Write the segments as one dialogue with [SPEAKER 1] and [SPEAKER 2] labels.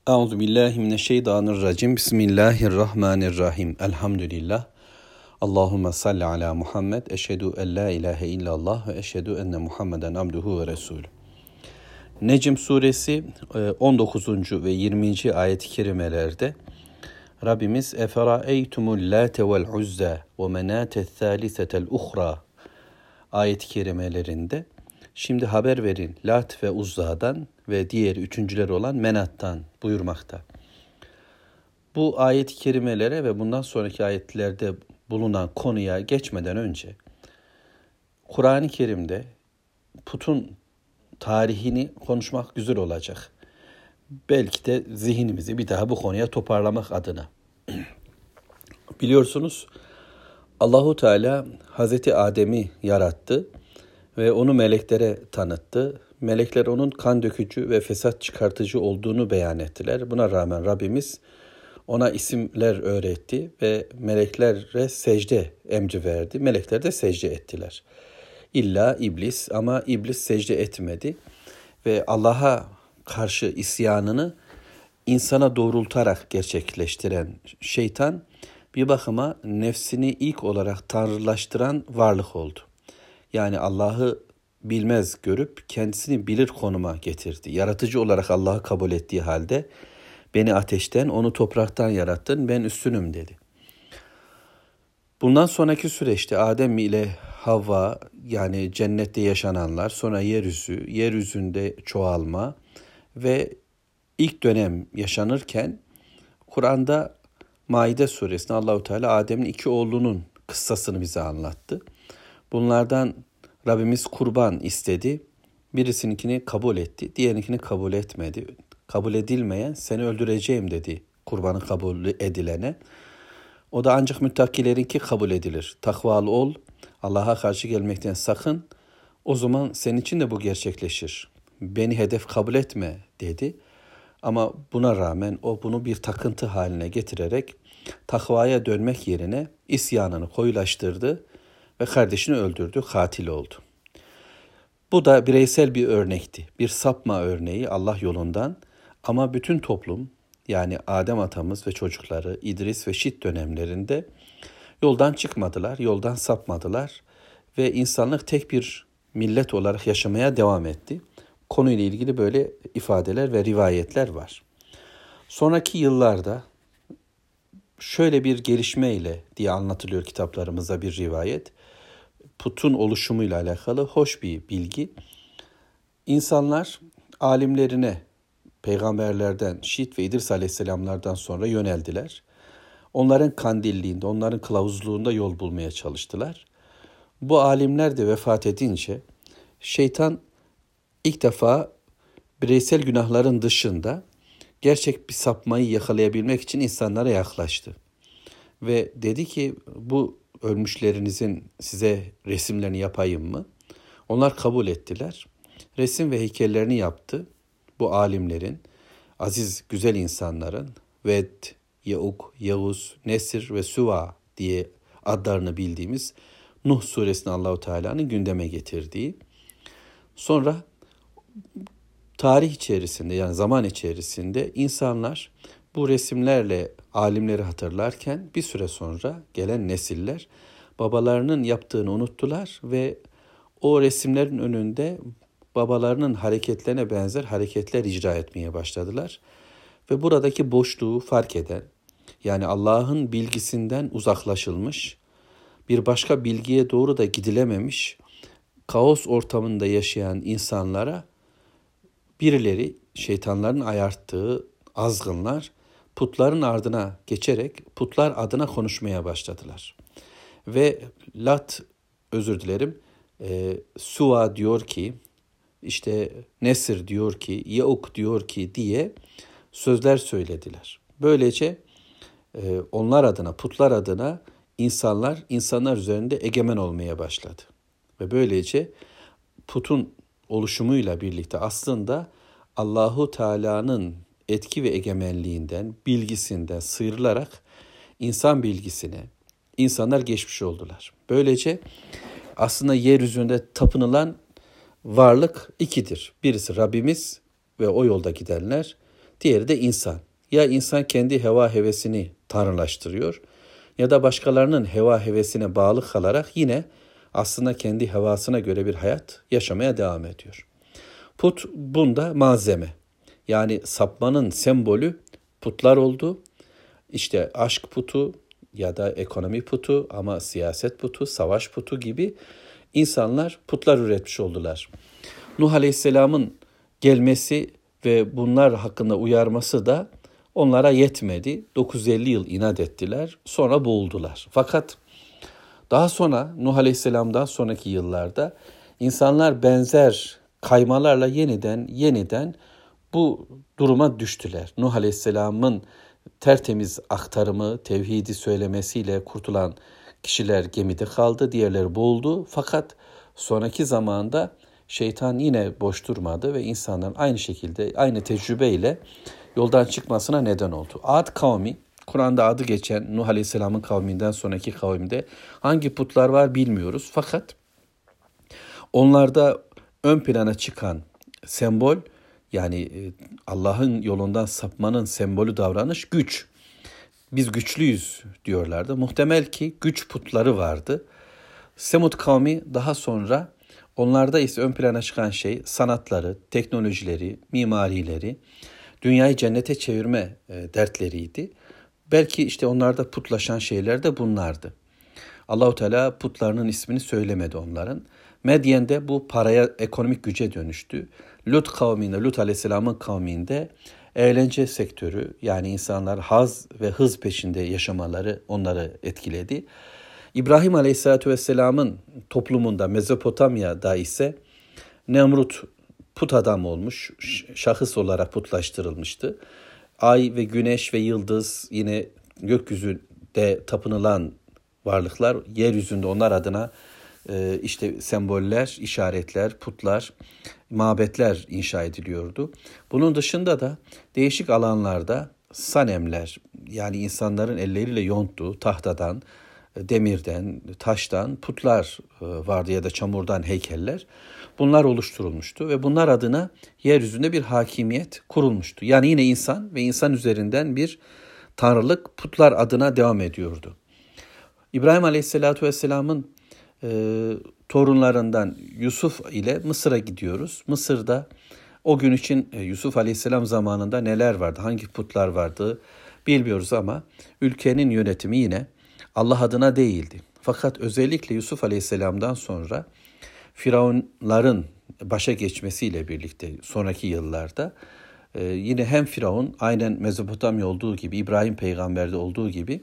[SPEAKER 1] Euzubillahimineşşeytanirracim. Bismillahirrahmanirrahim. Elhamdülillah. Allahümme salli ala Muhammed. Eşhedü en la ilahe illallah ve eşhedü enne Muhammeden abduhu ve resulü. Necm suresi 19. ve 20. ayet-i kerimelerde Rabbimiz Eferaeytumul late vel uzza ve menate thalisetel uhra ayet-i kerimelerinde şimdi haber verin Lat ve Uzza'dan ve diğer üçüncüleri olan Menat'tan buyurmakta. Bu ayet-i kerimelere ve bundan sonraki ayetlerde bulunan konuya geçmeden önce Kur'an-ı Kerim'de putun tarihini konuşmak güzel olacak. Belki de zihnimizi bir daha bu konuya toparlamak adına. Biliyorsunuz Allahu Teala Hazreti Adem'i yarattı ve onu meleklere tanıttı. Melekler onun kan dökücü ve fesat çıkartıcı olduğunu beyan ettiler. Buna rağmen Rabbimiz ona isimler öğretti ve meleklere secde emri verdi. Melekler de secde ettiler. İlla iblis, ama iblis secde etmedi ve Allah'a karşı isyanını insana doğrultarak gerçekleştiren şeytan bir bakıma nefsini ilk olarak tanrılaştıran varlık oldu. Yani Allah'ı bilmez görüp kendisini bilir konuma getirdi. Yaratıcı olarak Allah'ı kabul ettiği halde beni ateşten, onu topraktan yarattın, ben üstünüm dedi. Bundan sonraki süreçte Adem ile Havva, yani cennette yaşananlar, sonra yeryüzünde çoğalma ve ilk dönem yaşanırken Kur'an'da Maide suresinde Allahu Teala Adem'in iki oğlunun kıssasını bize anlattı. Bunlardan Rabbimiz kurban istedi. Birisininkini kabul etti, diğerininkini kabul etmedi. Kabul edilmeyen seni öldüreceğim dedi kurbanı kabul edilene. O da ancak müttakilerinki kabul edilir. Takvalı ol, Allah'a karşı gelmekten sakın. O zaman senin için de bu gerçekleşir. Beni hedef kabul etme dedi. Ama buna rağmen o bunu bir takıntı haline getirerek takvaya dönmek yerine isyanını koyulaştırdı ve kardeşini öldürdü, katil oldu. Bu da bireysel bir örnekti. Bir sapma örneği Allah yolundan, ama bütün toplum, yani Adem atamız ve çocukları İdris ve Şit dönemlerinde yoldan çıkmadılar, yoldan sapmadılar ve insanlık tek bir millet olarak yaşamaya devam etti. Konuyla ilgili böyle ifadeler ve rivayetler var. Sonraki yıllarda şöyle bir gelişmeyle diye anlatılıyor kitaplarımızda bir rivayet. Putun oluşumuyla alakalı hoş bir bilgi. İnsanlar alimlerine, peygamberlerden, Şit ve İdris aleyhisselamlardan sonra yöneldiler. Onların kandilliğinde, onların kılavuzluğunda yol bulmaya çalıştılar. Bu alimler de vefat edince şeytan ilk defa bireysel günahların dışında gerçek bir sapmayı yakalayabilmek için insanlara yaklaştı. Ve dedi ki bu ölmüşlerinizin size resimlerini yapayım mı? Onlar kabul ettiler. Resim ve heykellerini yaptı. Bu alimlerin, aziz güzel insanların Ved, Yauk, Yavuz, Nesir ve Süva diye adlarını bildiğimiz Nuh suresini Allahu Teala'nın gündeme getirdiği. Sonra tarih içerisinde, yani zaman içerisinde insanlar bu resimlerle alimleri hatırlarken bir süre sonra gelen nesiller babalarının yaptığını unuttular ve o resimlerin önünde babalarının hareketlerine benzer hareketler icra etmeye başladılar. Ve buradaki boşluğu fark eden, yani Allah'ın bilgisinden uzaklaşılmış, bir başka bilgiye doğru da gidilememiş, kaos ortamında yaşayan insanlara birileri, şeytanların ayarttığı azgınlar, putların ardına geçerek putlar adına konuşmaya başladılar. Ve Suva diyor ki, işte Nesir diyor ki, Yauk diyor ki diye sözler söylediler. Böylece onlar adına, putlar adına insanlar üzerinde egemen olmaya başladı. Ve böylece putun oluşumuyla birlikte aslında Allahu Teala'nın etki ve egemenliğinden, bilgisinden sıyrılarak insan bilgisine insanlar geçmiş oldular. Böylece aslında yeryüzünde tapınılan varlık ikidir. Birisi Rabbimiz ve o yolda gidenler. diğeri de insan. Ya insan kendi heva hevesini tanrılaştırıyor ya da başkalarının heva hevesine bağlı kalarak yine aslında kendi hevasına göre bir hayat yaşamaya devam ediyor. Put bunda malzeme. Yani sapmanın sembolü putlar oldu. İşte aşk putu ya da ekonomi putu ama siyaset putu, savaş putu gibi insanlar putlar üretmiş oldular. Nuh Aleyhisselam'ın gelmesi ve bunlar hakkında uyarması da onlara yetmedi. 950 yıl inat ettiler, sonra boğuldular. Fakat daha sonra Nuh Aleyhisselam'dan sonraki yıllarda insanlar benzer kaymalarla yeniden bu duruma düştüler. Nuh Aleyhisselam'ın tertemiz aktarımı, tevhidi söylemesiyle kurtulan kişiler gemide kaldı, diğerleri boğuldu. Fakat sonraki zamanda şeytan yine boş durmadı ve insanların aynı şekilde, aynı tecrübeyle yoldan çıkmasına neden oldu. Ad kavmi, Kur'an'da adı geçen Nuh Aleyhisselam'ın kavminden sonraki kavimde hangi putlar var bilmiyoruz. Fakat onlarda ön plana çıkan sembol, yani Allah'ın yolundan sapmanın sembolü davranış güç. Biz güçlüyüz diyorlardı. Muhtemel ki güç putları vardı. Semud kavmi daha sonra, onlarda ise ön plana çıkan şey sanatları, teknolojileri, mimarileri, dünyayı cennete çevirme dertleriydi. Belki işte onlarda putlaşan şeyler de bunlardı. Allahu Teala putlarının ismini söylemedi onların. Medyen'de bu paraya, ekonomik güce dönüştü. Lut Aleyhisselam'ın kavminde eğlence sektörü, yani insanlar haz ve hız peşinde yaşamaları onları etkiledi. İbrahim Aleyhisselatü Vesselam'ın toplumunda, Mezopotamya'da ise Nemrut put adam olmuş, şahıs olarak putlaştırılmıştı. Ay ve güneş ve yıldız, yine gökyüzünde tapınılan varlıklar, yeryüzünde onlar adına işte semboller, işaretler, putlar, mabetler inşa ediliyordu. Bunun dışında da değişik alanlarda sanemler, yani insanların elleriyle yonttuğu tahtadan, demirden, taştan putlar vardı ya da çamurdan heykeller. Bunlar oluşturulmuştu ve bunlar adına yeryüzünde bir hakimiyet kurulmuştu. Yani yine insan ve insan üzerinden bir tanrılık putlar adına devam ediyordu. İbrahim Aleyhisselatü Vesselam'ın torunlarından Yusuf ile Mısır'a gidiyoruz. Mısır'da o gün için Yusuf Aleyhisselam zamanında neler vardı, hangi putlar vardı bilmiyoruz ama ülkenin yönetimi yine Allah adına değildi. Fakat özellikle Yusuf Aleyhisselam'dan sonra Firavunların başa geçmesiyle birlikte sonraki yıllarda yine hem Firavun, aynen Mezopotamya olduğu gibi, İbrahim peygamberde olduğu gibi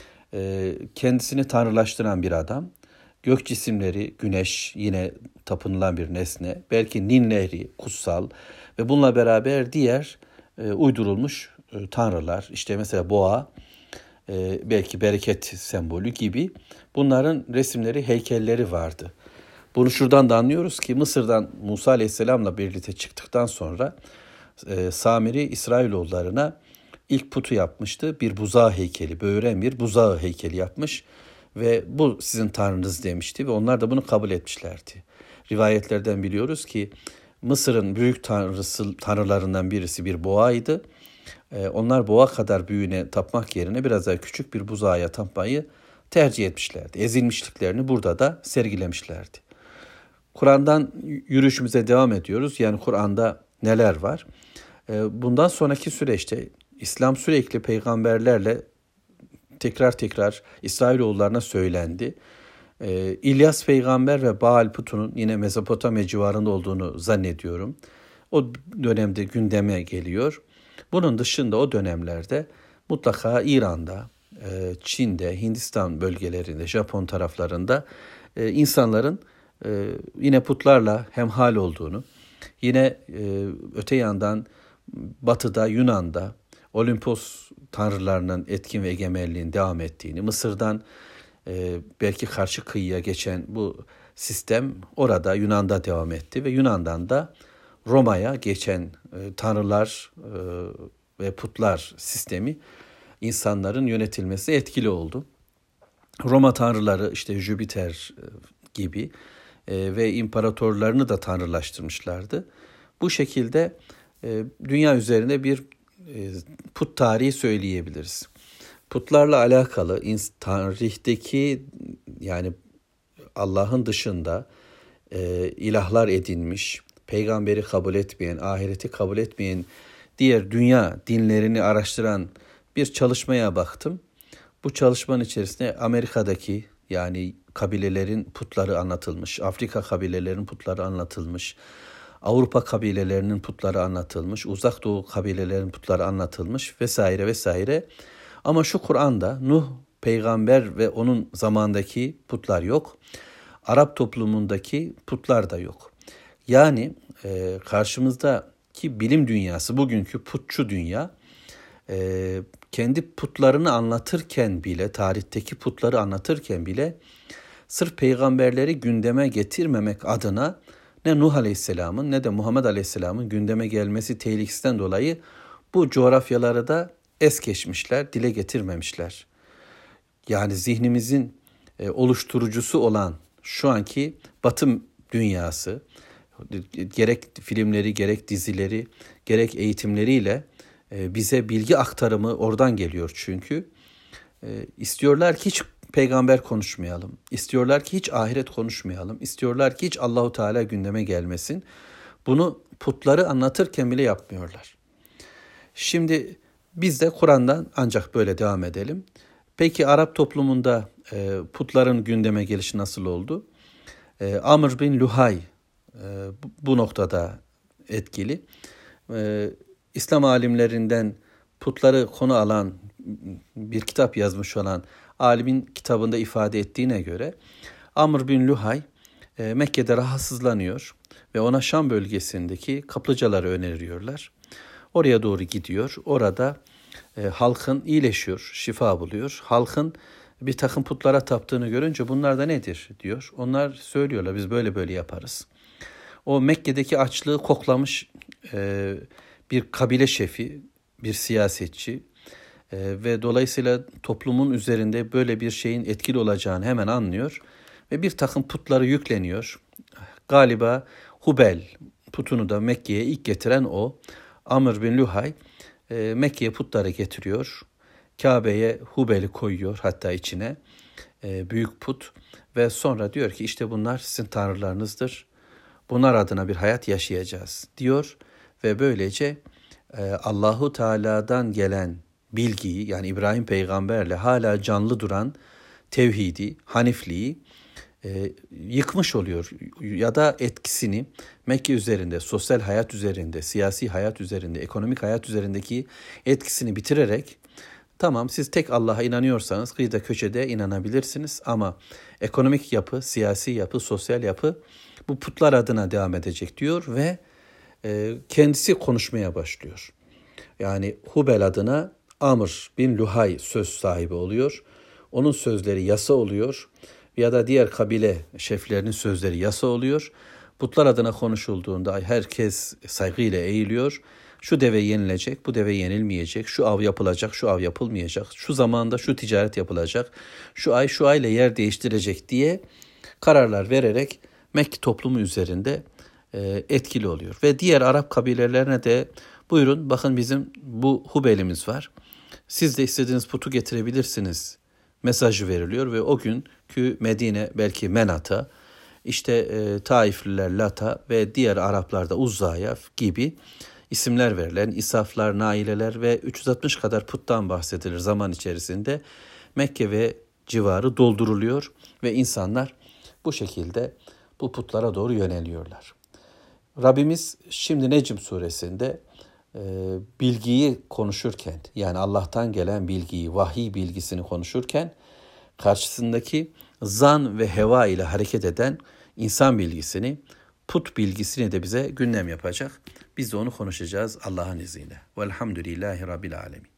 [SPEAKER 1] kendisini tanrılaştıran bir adam. Gök cisimleri, güneş yine tapınılan bir nesne. Belki Nil Nehri kutsal ve bununla beraber diğer uydurulmuş tanrılar. İşte mesela boğa, belki bereket sembolü gibi bunların resimleri, heykelleri vardı. Bunu şuradan da anlıyoruz ki Mısır'dan Musa Aleyhisselam'la birlikte çıktıktan sonra Samiri İsrailoğullarına ilk putu yapmıştı. Bir buzağı heykeli, böğüren bir buzağı heykeli yapmış ve bu sizin tanrınız demişti ve onlar da bunu kabul etmişlerdi. Rivayetlerden biliyoruz ki Mısır'ın büyük tanrılarından birisi bir boğaydı. Onlar boğa kadar büyüğüne tapmak yerine biraz daha küçük bir buzağıya tapmayı tercih etmişlerdi. Ezilmişliklerini burada da sergilemişlerdi. Kur'an'dan yürüyüşümüze devam ediyoruz. Yani Kur'an'da neler var? Bundan sonraki süreçte İslam sürekli peygamberlerle tekrar İsrailoğullarına söylendi. İlyas peygamber ve Baal putunun yine Mezopotamya civarında olduğunu zannediyorum. O dönemde gündeme geliyor. Bunun dışında o dönemlerde mutlaka İran'da, Çin'de, Hindistan bölgelerinde, Japon taraflarında insanların yine putlarla hemhal olduğunu, yine öte yandan Batı'da, Yunan'da Olimpos tanrılarının etkin ve egemenliğinin devam ettiğini, Mısır'dan belki karşı kıyıya geçen bu sistem orada Yunan'da devam etti ve Yunan'dan da Roma'ya geçen tanrılar ve putlar sistemi insanların yönetilmesi etkili oldu. Roma tanrıları işte Jüpiter gibi ve imparatorlarını da tanrılaştırmışlardı. Bu şekilde dünya üzerinde bir put tarihi söyleyebiliriz. Putlarla alakalı tarihteki yani Allah'ın dışında ilahlar edinmiş, peygamberi kabul etmeyen, ahireti kabul etmeyen diğer dünya dinlerini araştıran bir çalışmaya baktım. Bu çalışmanın içerisinde Amerika'daki yani kabilelerin putları anlatılmış, Afrika kabilelerinin putları anlatılmış, Avrupa kabilelerinin putları anlatılmış, Uzak Doğu kabilelerinin putları anlatılmış vesaire vesaire. Ama şu Kur'an'da Nuh peygamber ve onun zamandaki putlar yok. Arap toplumundaki putlar da yok. Yani karşımızdaki bilim dünyası, bugünkü putçu dünya kendi putlarını anlatırken bile, tarihteki putları anlatırken bile sırf peygamberleri gündeme getirmemek adına ne Nuh Aleyhisselam'ın ne de Muhammed Aleyhisselam'ın gündeme gelmesi tehlikesinden dolayı bu coğrafyaları da es geçmişler, dile getirmemişler. Yani zihnimizin oluşturucusu olan şu anki Batı dünyası, gerek filmleri, gerek dizileri, gerek eğitimleriyle bize bilgi aktarımı oradan geliyor çünkü. İstiyorlar ki hiç peygamber konuşmayalım. İstiyorlar ki hiç ahiret konuşmayalım. İstiyorlar ki hiç Allahu Teala gündeme gelmesin. Bunu putları anlatırken bile yapmıyorlar. Şimdi biz de Kur'an'dan ancak böyle devam edelim. Peki Arap toplumunda putların gündeme gelişi nasıl oldu? Amr bin Luhay bu noktada etkili. İslam alimlerinden putları konu alan bir kitap yazmış olan alimin kitabında ifade ettiğine göre Amr bin Luhay Mekke'de rahatsızlanıyor ve ona Şam bölgesindeki kaplıcaları öneriyorlar. Oraya doğru gidiyor. Orada halkın iyileşiyor, şifa buluyor. Halkın bir takım putlara taptığını görünce bunlar da nedir diyor. Onlar söylüyorlar biz böyle böyle yaparız. O Mekke'deki açlığı koklamış bir kabile şefi, bir siyasetçi ve dolayısıyla toplumun üzerinde böyle bir şeyin etkili olacağını hemen anlıyor ve bir takım putları yükleniyor. Galiba Hubel putunu da Mekke'ye ilk getiren o. Amr bin Luhay Mekke'ye putları getiriyor. Kabe'ye Hubel'i koyuyor hatta içine büyük put ve sonra diyor ki işte bunlar sizin tanrılarınızdır. Bunlar adına bir hayat yaşayacağız diyor ve böylece Allahu Teala'dan gelen bilgiyi yani İbrahim peygamberle hala canlı duran tevhidi, hanifliği yıkmış oluyor ya da etkisini Mekke üzerinde, sosyal hayat üzerinde, siyasi hayat üzerinde, ekonomik hayat üzerindeki etkisini bitirerek tamam siz tek Allah'a inanıyorsanız kıyıda köşede inanabilirsiniz ama ekonomik yapı, siyasi yapı, sosyal yapı bu putlar adına devam edecek diyor ve kendisi konuşmaya başlıyor. Yani Hubel adına Amr bin Luhay söz sahibi oluyor. Onun sözleri yasa oluyor ya da diğer kabile şeflerinin sözleri yasa oluyor. Putlar adına konuşulduğunda herkes saygıyla eğiliyor. Şu deve yenilecek, bu deve yenilmeyecek, şu av yapılacak, şu av yapılmayacak, şu zamanda şu ticaret yapılacak, şu ay şu ayla yer değiştirecek diye kararlar vererek Mekke toplumu üzerinde etkili oluyor. Ve diğer Arap kabilelerine de buyurun bakın bizim bu Hubel'imiz var. Siz de istediğiniz putu getirebilirsiniz mesajı veriliyor ve o günkü Medine belki Menat'a, işte Taifliler Lat'a ve diğer Araplar da Uzza'ya gibi isimler verilen İsaflar, Naileler ve 360 kadar puttan bahsedilir zaman içerisinde. Mekke ve civarı dolduruluyor ve insanlar bu şekilde bu putlara doğru yöneliyorlar. Rabbimiz şimdi Necm suresinde bilgiyi konuşurken yani Allah'tan gelen bilgiyi, vahiy bilgisini konuşurken karşısındaki zan ve heva ile hareket eden insan bilgisini, put bilgisini de bize gündem yapacak. Biz de onu konuşacağız Allah'ın izniyle. Velhamdülillahi Rabbil Alemin.